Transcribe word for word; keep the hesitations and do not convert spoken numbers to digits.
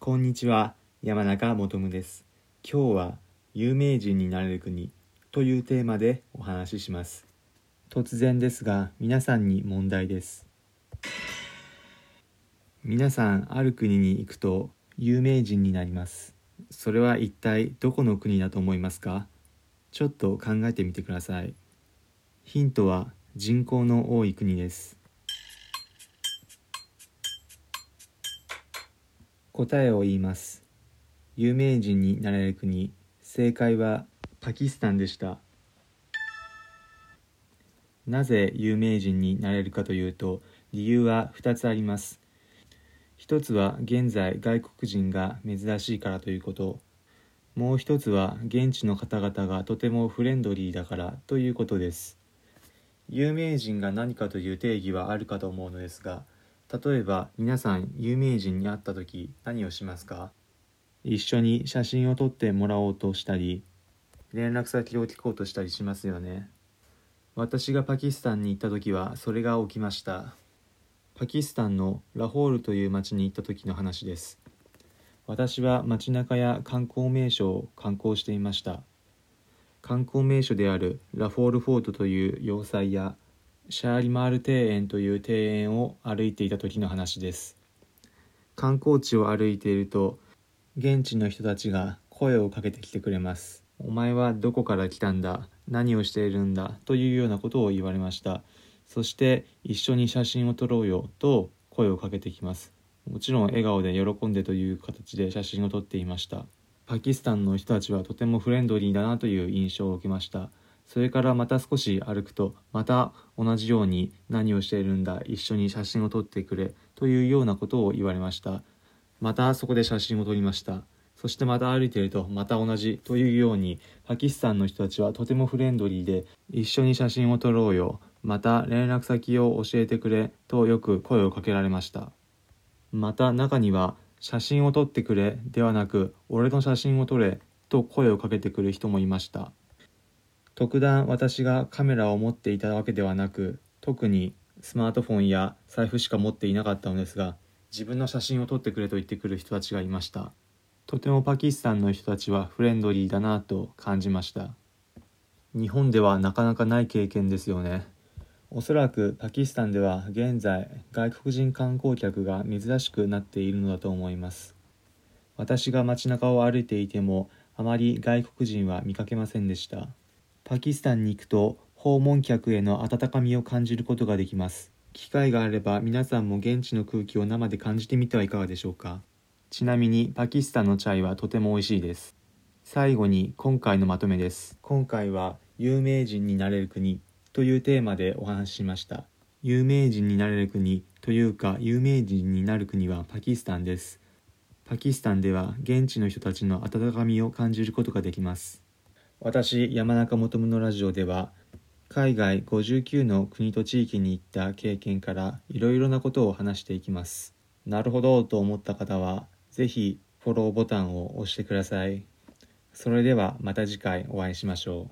こんにちは、山中もとむです。今日は有名人になれる国というテーマでお話しします。突然ですが、皆さんに問題です。皆さん、ある国に行くと有名人になります。それは一体どこの国だと思いますか？ちょっと考えてみてください。ヒントは人口の多い国です。答えを言います。有名人になれる国、正解はパキスタンでした。なぜ有名人になれるかというと、理由はふたつあります。一つは現在外国人が珍しいからということ。もう一つは現地の方々がとてもフレンドリーだからということです。有名人が何かという定義はあるかと思うのですが、例えば皆さん有名人に会ったとき何をしますか？一緒に写真を撮ってもらおうとしたり、連絡先を聞こうとしたりしますよね。私がパキスタンに行ったときはそれが起きました。パキスタンのラホールという町に行った時の話です。私は街中や観光名所を観光していました。観光名所であるラフォールフォートという要塞やシャーリマール庭園という庭園を歩いていた時の話です。観光地を歩いていると、現地の人たちが声をかけてきてくれます。お前はどこから来たんだ、何をしているんだというようなことを言われました。そして一緒に写真を撮ろうよと声をかけてきます。もちろん笑顔で喜んでという形で写真を撮っていました。パキスタンの人たちはとてもフレンドリーだなという印象を受けました。それからまた少し歩くと、また同じように何をしているんだ、一緒に写真を撮ってくれというようなことを言われました。またそこで写真を撮りました。そしてまた歩いているとまた同じというように、パキスタンの人たちはとてもフレンドリーで、一緒に写真を撮ろうよ、また連絡先を教えてくれとよく声をかけられました。また中には、写真を撮ってくれではなく、俺の写真を撮れと声をかけてくる人もいました。特段私がカメラを持っていたわけではなく、特にスマートフォンや財布しか持っていなかったのですが、自分の写真を撮ってくれと言ってくる人たちがいました。とてもパキスタンの人たちはフレンドリーだなと感じました。日本ではなかなかない経験ですよね。おそらくパキスタンでは現在外国人観光客が珍しくなっているのだと思います。私が街中を歩いていてもあまり外国人は見かけませんでした。パキスタンに行くと訪問客への温かみを感じることができます。機会があれば皆さんも現地の空気を生で感じてみてはいかがでしょうか。ちなみにパキスタンのチャイはとても美味しいです。最後に今回のまとめです。今回は有名人になれる国というテーマでお話ししました。有名人になれる国というか有名人になる国はパキスタンです。パキスタンでは現地の人たちの温かみを感じることができます。私、山中もとむのラジオでは海外ごじゅうきゅうの国と地域に行った経験からいろいろなことを話していきます。なるほどと思った方はぜひフォローボタンを押してください。それではまた次回お会いしましょう。